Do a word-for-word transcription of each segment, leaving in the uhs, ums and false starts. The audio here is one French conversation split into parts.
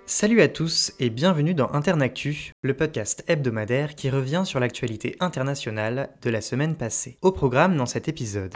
Salut à tous et bienvenue dans Internactu, le podcast hebdomadaire qui revient sur l'actualité internationale de la semaine passée. Au programme dans cet épisode.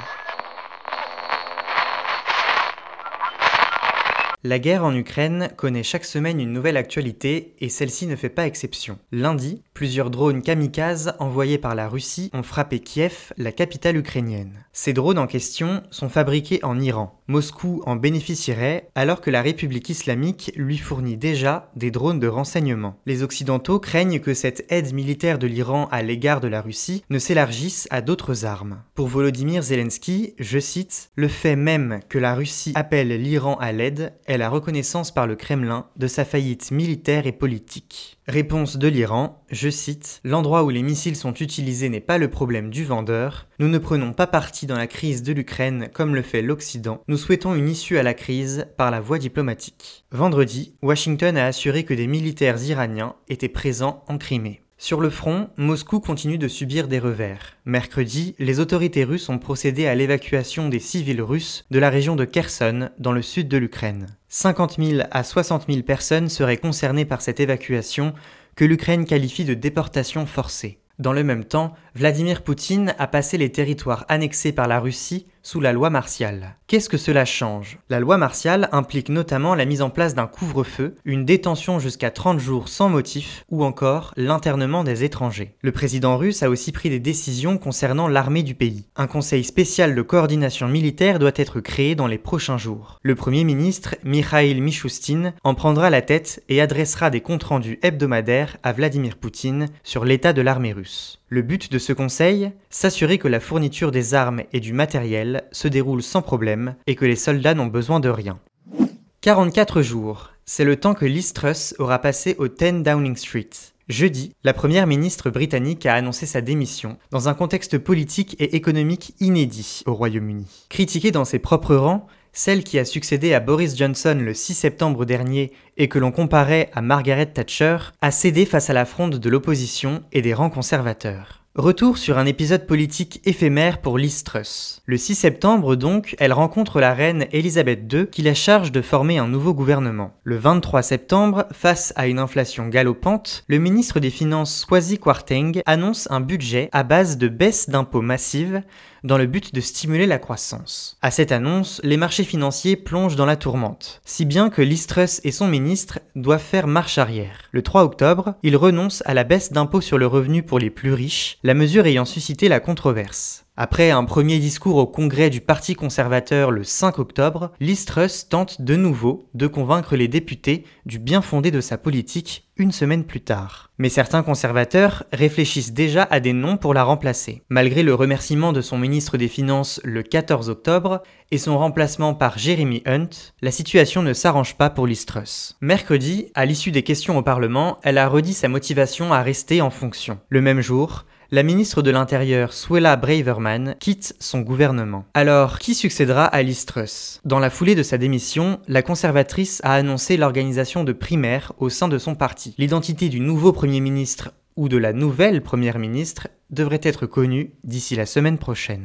La guerre en Ukraine connaît chaque semaine une nouvelle actualité et celle-ci ne fait pas exception. Lundi, plusieurs drones kamikazes envoyés par la Russie ont frappé Kiev, la capitale ukrainienne. Ces drones en question sont fabriqués en Iran. Moscou en bénéficierait alors que la République islamique lui fournit déjà des drones de renseignement. Les Occidentaux craignent que cette aide militaire de l'Iran à l'égard de la Russie ne s'élargisse à d'autres armes. Pour Volodymyr Zelensky, je cite, « Le fait même que la Russie appelle l'Iran à l'aide est la reconnaissance par le Kremlin de sa faillite militaire et politique. » Réponse de l'Iran, je cite, « L'endroit où les missiles sont utilisés n'est pas le problème du vendeur. Nous ne prenons pas parti dans la crise de l'Ukraine comme le fait l'Occident. Nous souhaitons une issue à la crise par la voie diplomatique. » Vendredi, Washington a assuré que des militaires iraniens étaient présents en Crimée. Sur le front, Moscou continue de subir des revers. Mercredi, les autorités russes ont procédé à l'évacuation des civils russes de la région de Kherson, dans le sud de l'Ukraine. cinquante mille à soixante mille personnes seraient concernées par cette évacuation, que l'Ukraine qualifie de déportation forcée. Dans le même temps, Vladimir Poutine a passé les territoires annexés par la Russie sous la loi martiale. Qu'est-ce que cela change ? La loi martiale implique notamment la mise en place d'un couvre-feu, une détention jusqu'à trente jours sans motif ou encore l'internement des étrangers. Le président russe a aussi pris des décisions concernant l'armée du pays. Un conseil spécial de coordination militaire doit être créé dans les prochains jours. Le premier ministre, Mikhail Mishustin, en prendra la tête et adressera des comptes rendus hebdomadaires à Vladimir Poutine sur l'état de l'armée russe. Le but de ce conseil, s'assurer que la fourniture des armes et du matériel se déroule sans problème et que les soldats n'ont besoin de rien. quarante-quatre jours, c'est le temps que Liz Truss aura passé au dix Downing Street. Jeudi, la première ministre britannique a annoncé sa démission dans un contexte politique et économique inédit au Royaume-Uni. Critiquée dans ses propres rangs, celle qui a succédé à Boris Johnson le six septembre dernier et que l'on comparait à Margaret Thatcher, a cédé face à la fronde de l'opposition et des rangs conservateurs. Retour sur un épisode politique éphémère pour Liz Truss. Le six septembre donc, elle rencontre la reine Elisabeth deux qui la charge de former un nouveau gouvernement. Le vingt-trois septembre, face à une inflation galopante, le ministre des Finances Kwasi Kwarteng annonce un budget à base de baisses d'impôts massives dans le but de stimuler la croissance. À cette annonce, les marchés financiers plongent dans la tourmente, si bien que Liz Truss et son ministre doivent faire marche arrière. Le trois octobre, ils renoncent à la baisse d'impôts sur le revenu pour les plus riches, la mesure ayant suscité la controverse. Après un premier discours au congrès du Parti conservateur le cinq octobre, Liz Truss tente de nouveau de convaincre les députés du bien fondé de sa politique une semaine plus tard. Mais certains conservateurs réfléchissent déjà à des noms pour la remplacer. Malgré le remerciement de son ministre des Finances le quatorze octobre et son remplacement par Jeremy Hunt, la situation ne s'arrange pas pour Liz Truss. Mercredi, à l'issue des questions au Parlement, elle a redit sa motivation à rester en fonction. Le même jour, la ministre de l'Intérieur, Suella Braverman, quitte son gouvernement. Alors, qui succédera à Liz Truss ? Dans la foulée de sa démission, la conservatrice a annoncé l'organisation de primaires au sein de son parti. L'identité du nouveau Premier ministre ou de la nouvelle Première ministre devrait être connue d'ici la semaine prochaine.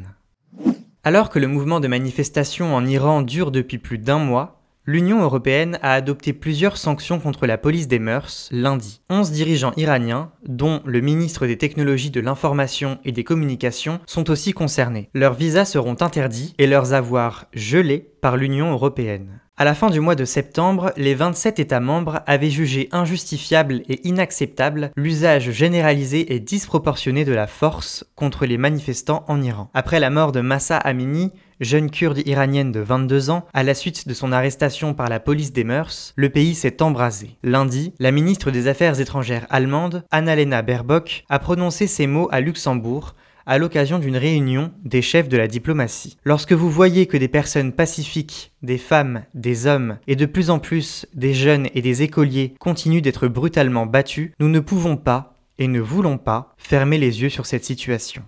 Alors que le mouvement de manifestation en Iran dure depuis plus d'un mois, l'Union européenne a adopté plusieurs sanctions contre la police des mœurs lundi. onze dirigeants iraniens, dont le ministre des Technologies de l'Information et des Communications, sont aussi concernés. Leurs visas seront interdits et leurs avoirs gelés par l'Union européenne. À la fin du mois de septembre, les vingt-sept États membres avaient jugé injustifiable et inacceptable l'usage généralisé et disproportionné de la force contre les manifestants en Iran. Après la mort de Mahsa Amini, jeune kurde iranienne de vingt-deux ans, à la suite de son arrestation par la police des mœurs, le pays s'est embrasé. Lundi, la ministre des Affaires étrangères allemande, Annalena Baerbock, a prononcé ces mots à Luxembourg, à l'occasion d'une réunion des chefs de la diplomatie. Lorsque vous voyez que des personnes pacifiques, des femmes, des hommes et de plus en plus des jeunes et des écoliers continuent d'être brutalement battus, nous ne pouvons pas et ne voulons pas fermer les yeux sur cette situation.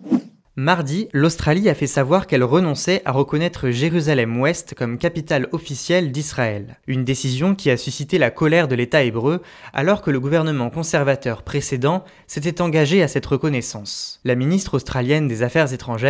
Mardi, l'Australie a fait savoir qu'elle renonçait à reconnaître Jérusalem-Ouest comme capitale officielle d'Israël. Une décision qui a suscité la colère de l'État hébreu alors que le gouvernement conservateur précédent s'était engagé à cette reconnaissance. La ministre australienne des Affaires étrangères,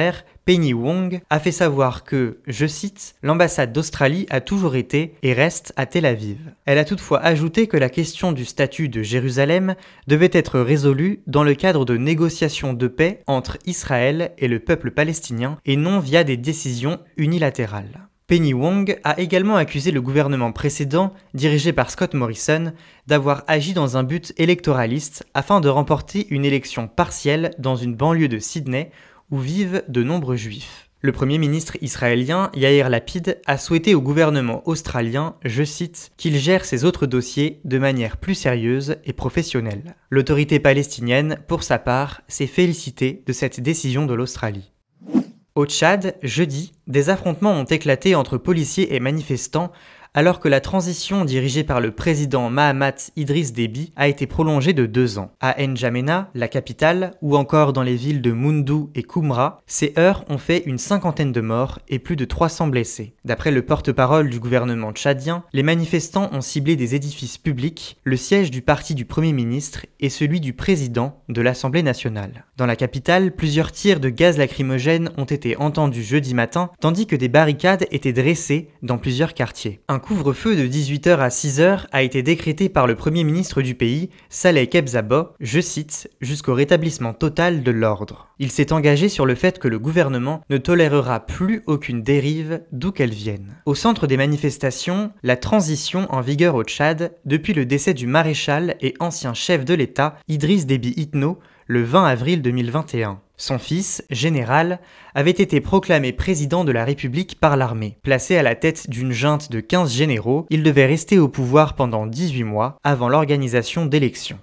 Penny Wong, a fait savoir que, je cite, « l'ambassade d'Australie a toujours été et reste à Tel Aviv ». Elle a toutefois ajouté que la question du statut de Jérusalem devait être résolue dans le cadre de négociations de paix entre Israël et le peuple palestinien et non via des décisions unilatérales. Penny Wong a également accusé le gouvernement précédent, dirigé par Scott Morrison, d'avoir agi dans un but électoraliste afin de remporter une élection partielle dans une banlieue de Sydney où vivent de nombreux juifs. Le premier ministre israélien Yair Lapid a souhaité au gouvernement australien, je cite, qu'il gère ses autres dossiers de manière plus sérieuse et professionnelle. L'autorité palestinienne, pour sa part, s'est félicitée de cette décision de l'Australie. Au Tchad, jeudi, des affrontements ont éclaté entre policiers et manifestants alors que la transition dirigée par le président Mahamat Idriss Déby a été prolongée de deux ans. À N'Djamena, la capitale, ou encore dans les villes de Moundou et Koumra, ces heurts ont fait une cinquantaine de morts et plus de trois cents blessés. D'après le porte-parole du gouvernement tchadien, les manifestants ont ciblé des édifices publics, le siège du parti du Premier ministre et celui du président de l'Assemblée nationale. Dans la capitale, plusieurs tirs de gaz lacrymogène ont été entendus jeudi matin, tandis que des barricades étaient dressées dans plusieurs quartiers. Un couvre-feu de dix-huit heures à six heures a été décrété par le Premier ministre du pays, Saleh Kebzabo, je cite, « jusqu'au rétablissement total de l'ordre ». Il s'est engagé sur le fait que le gouvernement ne tolérera plus aucune dérive d'où qu'elle vienne. Au centre des manifestations, la transition en vigueur au Tchad depuis le décès du maréchal et ancien chef de l'État Idriss Déby Itno le vingt avril deux mille vingt et un. Son fils, général, avait été proclamé président de la République par l'armée. Placé à la tête d'une junte de quinze généraux, il devait rester au pouvoir pendant dix-huit mois avant l'organisation d'élections.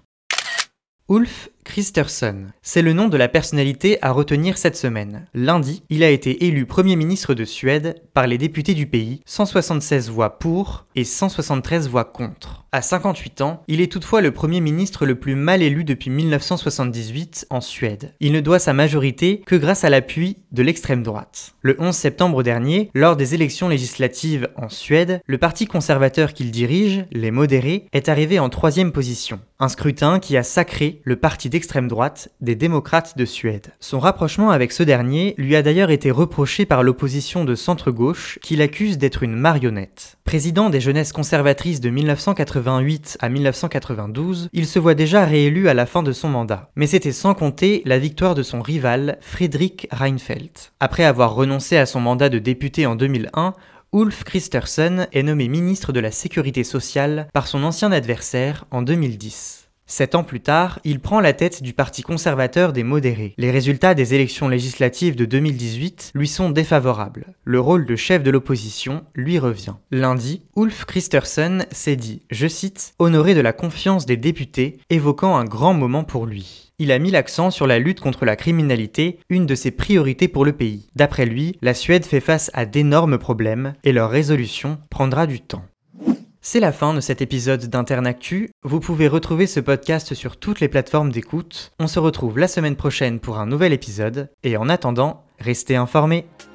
Ulf Kristersson, c'est le nom de la personnalité à retenir cette semaine. Lundi, il a été élu Premier ministre de Suède par les députés du pays, cent soixante-seize voix pour et cent soixante-treize voix contre. À cinquante-huit ans, il est toutefois le Premier ministre le plus mal élu depuis mille neuf cent soixante-dix-huit en Suède. Il ne doit sa majorité que grâce à l'appui de l'extrême droite. Le onze septembre dernier, lors des élections législatives en Suède, le parti conservateur qu'il dirige, les modérés, est arrivé en troisième position. Un scrutin qui a sacré le parti d'extrême droite des démocrates de Suède. Son rapprochement avec ce dernier lui a d'ailleurs été reproché par l'opposition de centre-gauche qui l'accuse d'être une marionnette. Président des jeunesses conservatrices de mille neuf cent quatre-vingt-huit à mille neuf cent quatre-vingt-douze, il se voit déjà réélu à la fin de son mandat. Mais c'était sans compter la victoire de son rival, Fredrik Reinfeldt. Après avoir renoncé à son mandat de député en deux mille un, Ulf Kristersson est nommé ministre de la Sécurité sociale par son ancien adversaire en deux mille dix. Sept ans plus tard, il prend la tête du parti conservateur des modérés. Les résultats des élections législatives de deux mille dix-huit lui sont défavorables. Le rôle de chef de l'opposition lui revient. Lundi, Ulf Kristersson s'est dit, je cite, « honoré de la confiance des députés », évoquant un grand moment pour lui. Il a mis l'accent sur la lutte contre la criminalité, une de ses priorités pour le pays. D'après lui, la Suède fait face à d'énormes problèmes et leur résolution prendra du temps. C'est la fin de cet épisode d'Internactu. Vous pouvez retrouver ce podcast sur toutes les plateformes d'écoute. On se retrouve la semaine prochaine pour un nouvel épisode. Et en attendant, restez informés.